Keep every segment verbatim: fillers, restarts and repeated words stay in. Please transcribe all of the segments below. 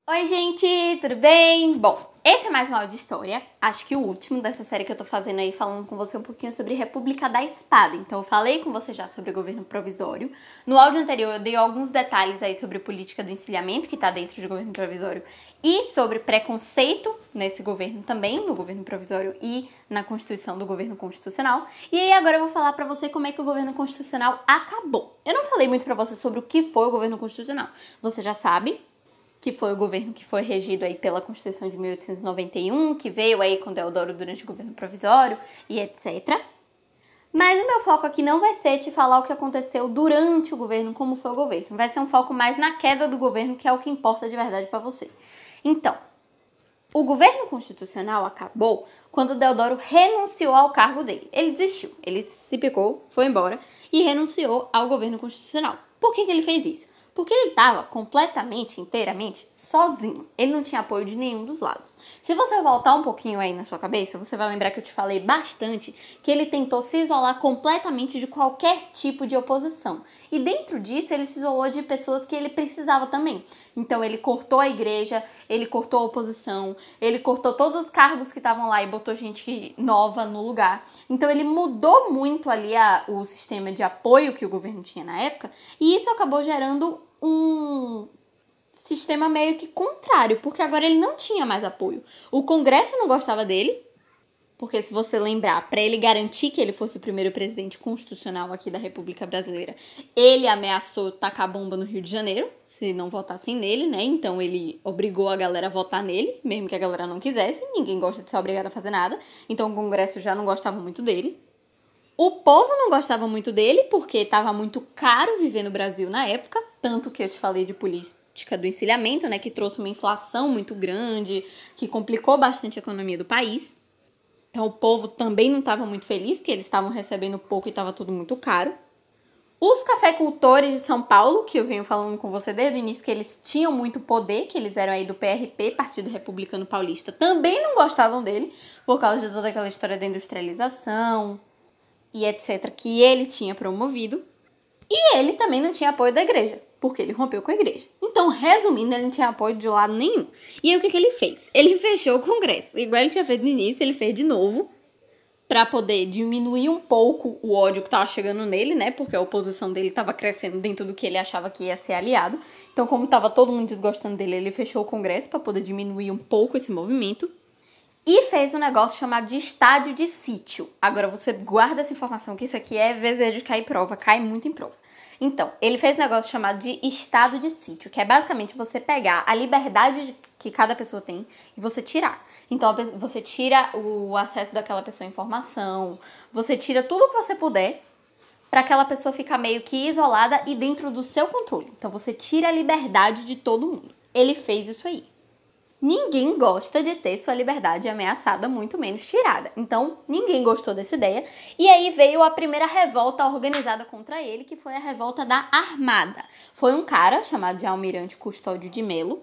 Oi, gente, tudo bem? Bom, esse é mais um áudio de história, acho que o último dessa série que eu tô fazendo aí, falando com você um pouquinho sobre República da Espada. Então eu falei com você já sobre o governo provisório. No áudio anterior eu dei alguns detalhes aí sobre política do encilhamento, que tá dentro do governo provisório, e sobre preconceito nesse governo também, no governo provisório e na constituição do governo constitucional. E aí agora eu vou falar pra você como é que o governo constitucional acabou. Eu não falei muito pra você sobre o que foi o governo constitucional, você já sabe, que foi o governo que foi regido aí pela Constituição de mil oitocentos e noventa e um, que veio aí com Deodoro durante o governo provisório e etcétera. Mas o meu foco aqui não vai ser te falar o que aconteceu durante o governo, como foi o governo. Vai ser um foco mais na queda do governo, que é o que importa de verdade para você. Então, o governo constitucional acabou quando Deodoro renunciou ao cargo dele. Ele desistiu, ele se picou, foi embora e renunciou ao governo constitucional. Por que que ele fez isso? Porque ele estava completamente, inteiramente sozinho. Ele não tinha apoio de nenhum dos lados. Se você voltar um pouquinho aí na sua cabeça, você vai lembrar que eu te falei bastante que ele tentou se isolar completamente de qualquer tipo de oposição. E dentro disso, ele se isolou de pessoas que ele precisava também. Então, ele cortou a igreja, ele cortou a oposição, ele cortou todos os cargos que estavam lá e botou gente nova no lugar. Então, ele mudou muito ali a, o sistema de apoio que o governo tinha na época, e isso acabou gerando um sistema meio que contrário, porque agora ele não tinha mais apoio. O Congresso não gostava dele, porque se você lembrar, para ele garantir que ele fosse o primeiro presidente constitucional aqui da República Brasileira, ele ameaçou tacar bomba no Rio de Janeiro, se não votassem nele, né? Então ele obrigou a galera a votar nele, mesmo que a galera não quisesse. Ninguém gosta de ser obrigado a fazer nada, então o Congresso já não gostava muito dele. O povo não gostava muito dele, porque estava muito caro viver no Brasil na época, tanto que eu te falei de política do encilhamento, né, que trouxe uma inflação muito grande, que complicou bastante a economia do país. Então o povo também não estava muito feliz, porque eles estavam recebendo pouco e estava tudo muito caro. Os cafeicultores de São Paulo, que eu venho falando com você desde o início, que eles tinham muito poder, que eles eram aí do P R P, Partido Republicano Paulista, também não gostavam dele, por causa de toda aquela história da industrialização e etcétera, que ele tinha promovido. E ele também não tinha apoio da igreja, porque ele rompeu com a igreja. Então, resumindo, ele não tinha apoio de lado nenhum. E aí, o que, que ele fez? Ele fechou o Congresso. Igual ele tinha feito no início, ele fez de novo, para poder diminuir um pouco o ódio que estava chegando nele, né? Porque a oposição dele estava crescendo dentro do que ele achava que ia ser aliado. Então, como estava todo mundo desgostando dele, ele fechou o Congresso para poder diminuir um pouco esse movimento. E fez um negócio chamado de estádio de sítio. Agora você guarda essa informação, que isso aqui é desejo de cair em prova, cai muito em prova. Então, ele fez um negócio chamado de estado de sítio, que é basicamente você pegar a liberdade que cada pessoa tem e você tirar. Então, você tira o acesso daquela pessoa à informação, você tira tudo que você puder para aquela pessoa ficar meio que isolada e dentro do seu controle. Então, você tira a liberdade de todo mundo. Ele fez isso aí. Ninguém gosta de ter sua liberdade ameaçada, muito menos tirada. Então, ninguém gostou dessa ideia. E aí veio a primeira revolta organizada contra ele, que foi a revolta da Armada. Foi um cara chamado de Almirante Custódio de Melo.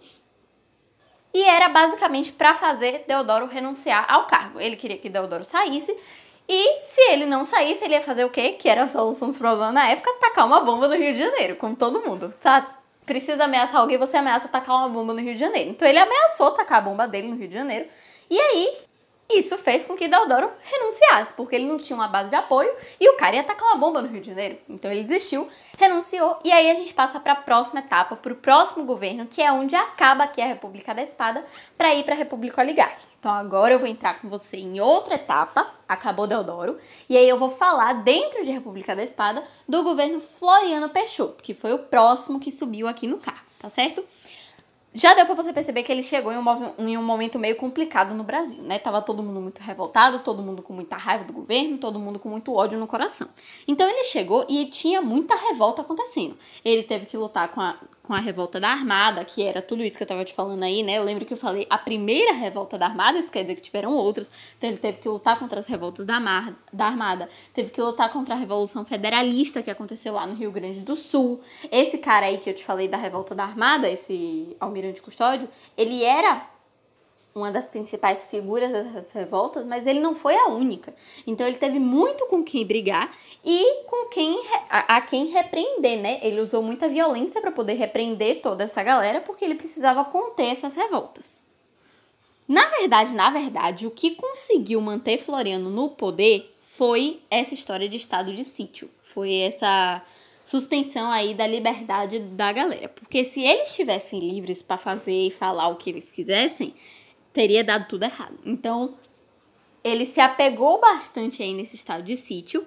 E era basicamente para fazer Deodoro renunciar ao cargo. Ele queria que Deodoro saísse. E se ele não saísse, ele ia fazer o quê? Que era a solução dos problemas na época, tacar uma bomba no Rio de Janeiro, como todo mundo, tá? Precisa ameaçar alguém, você ameaça tacar uma bomba no Rio de Janeiro. Então ele ameaçou tacar a bomba dele no Rio de Janeiro. E aí, isso fez com que Deodoro renunciasse, porque ele não tinha uma base de apoio e o cara ia tacar uma bomba no Rio de Janeiro. Então ele desistiu, renunciou, e aí a gente passa para a próxima etapa, para o próximo governo, que é onde acaba aqui a República da Espada, para ir para a República Oligárquica. Então agora eu vou entrar com você em outra etapa, acabou Deodoro, e aí eu vou falar, dentro de República da Espada, do governo Floriano Peixoto, que foi o próximo que subiu aqui no cargo, tá certo? Já deu pra você perceber que ele chegou em um, em um momento meio complicado no Brasil, né? Tava todo mundo muito revoltado, todo mundo com muita raiva do governo, todo mundo com muito ódio no coração. Então ele chegou e tinha muita revolta acontecendo. Ele teve que lutar com a, com a revolta da Armada, que era tudo isso que eu tava te falando aí, né? Eu lembro que eu falei a primeira revolta da Armada, isso quer dizer que tiveram outras. Então ele teve que lutar contra as revoltas da, Mar, da Armada, teve que lutar contra a Revolução Federalista que aconteceu lá no Rio Grande do Sul. Esse cara aí que eu te falei da revolta da Armada, esse Almirante Custódio, ele era uma das principais figuras dessas revoltas, mas ele não foi a única. Então ele teve muito com quem brigar e com quem a, a quem repreender, né? Ele usou muita violência para poder repreender toda essa galera, porque ele precisava conter essas revoltas. Na verdade, na verdade, o que conseguiu manter Floriano no poder foi essa história de estado de sítio. Foi essa suspensão aí da liberdade da galera. Porque se eles estivessem livres para fazer e falar o que eles quisessem, teria dado tudo errado. Então, ele se apegou bastante aí nesse estado de sítio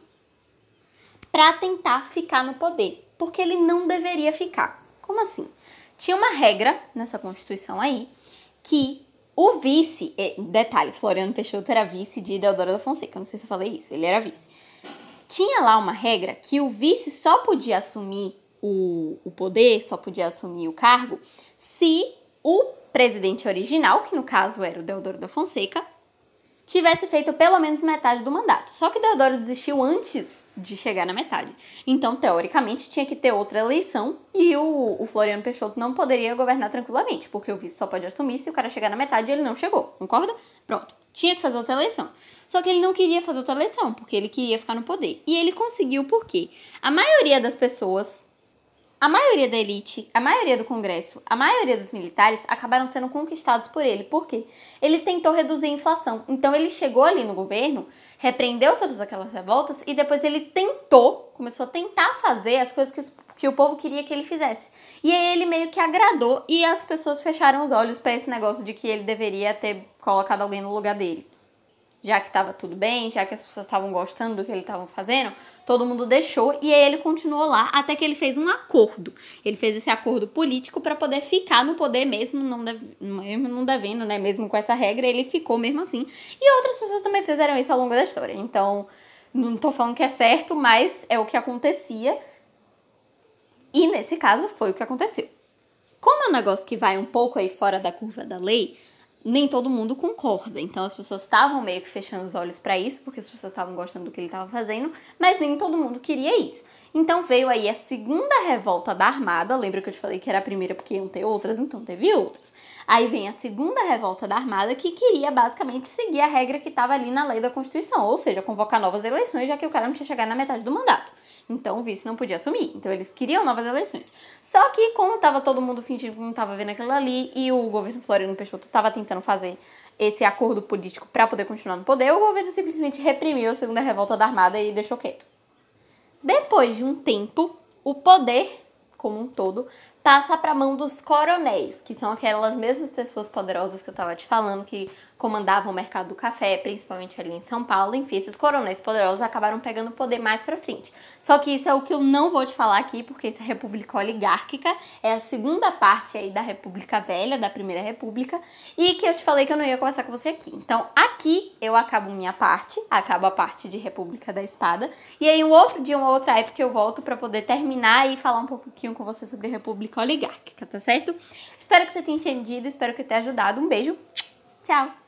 para tentar ficar no poder. Porque ele não deveria ficar. Como assim? Tinha uma regra nessa Constituição aí que o vice, detalhe, Floriano Peixoto era vice de Deodoro da Fonseca, não sei se eu falei isso, ele era vice. Tinha lá uma regra que o vice só podia assumir o, o poder, só podia assumir o cargo, se o presidente original, que no caso era o Deodoro da Fonseca, tivesse feito pelo menos metade do mandato. Só que Deodoro desistiu antes de chegar na metade. Então, teoricamente, tinha que ter outra eleição e o, o Floriano Peixoto não poderia governar tranquilamente, porque o vice só pode assumir se o cara chegar na metade e ele não chegou, concorda? Pronto, tinha que fazer outra eleição. Só que ele não queria fazer outra eleição, porque ele queria ficar no poder. E ele conseguiu porque a maioria das pessoas, a maioria da elite, a maioria do Congresso, a maioria dos militares acabaram sendo conquistados por ele. Por quê? Ele tentou reduzir a inflação. Então ele chegou ali no governo, repreendeu todas aquelas revoltas e depois ele tentou, começou a tentar fazer as coisas que, os, que o povo queria que ele fizesse. E aí ele meio que agradou e as pessoas fecharam os olhos para esse negócio de que ele deveria ter colocado alguém no lugar dele. Já que estava tudo bem, já que as pessoas estavam gostando do que ele estava fazendo, todo mundo deixou e aí ele continuou lá até que ele fez um acordo. Ele fez esse acordo político para poder ficar no poder mesmo não, deve, mesmo não devendo, né? Mesmo com essa regra, ele ficou mesmo assim. E outras pessoas também fizeram isso ao longo da história. Então, não tô falando que é certo, mas é o que acontecia. E nesse caso, foi o que aconteceu. Como é um negócio que vai um pouco aí fora da curva da lei, nem todo mundo concorda. Então as pessoas estavam meio que fechando os olhos pra isso, porque as pessoas estavam gostando do que ele estava fazendo, mas nem todo mundo queria isso. Então veio aí a segunda revolta da Armada, lembra que eu te falei que era a primeira porque iam ter outras, então teve outras. Aí vem a segunda revolta da Armada que queria basicamente seguir a regra que estava ali na lei da Constituição, ou seja, convocar novas eleições, já que o cara não tinha chegado na metade do mandato. Então o vice não podia assumir. Então eles queriam novas eleições. Só que como tava todo mundo fingindo que não tava vendo aquilo ali e o governo Floriano Peixoto tava tentando fazer esse acordo político para poder continuar no poder, o governo simplesmente reprimiu a segunda revolta da Armada e deixou quieto. Depois de um tempo, o poder como um todo passa para a mão dos coronéis, que são aquelas mesmas pessoas poderosas que eu estava te falando, que comandavam o mercado do café, principalmente ali em São Paulo. Enfim, esses coronéis poderosos acabaram pegando o poder mais pra frente. Só que isso é o que eu não vou te falar aqui, porque isso é República Oligárquica, é a segunda parte aí da República Velha, da Primeira República, e que eu te falei que eu não ia conversar com você aqui. Então, aqui eu acabo minha parte, acabo a parte de República da Espada, e aí um outro dia, uma outra época eu volto pra poder terminar e falar um pouquinho com você sobre República Oligárquica, tá certo? Espero que você tenha entendido, espero que tenha ajudado. Um beijo, tchau!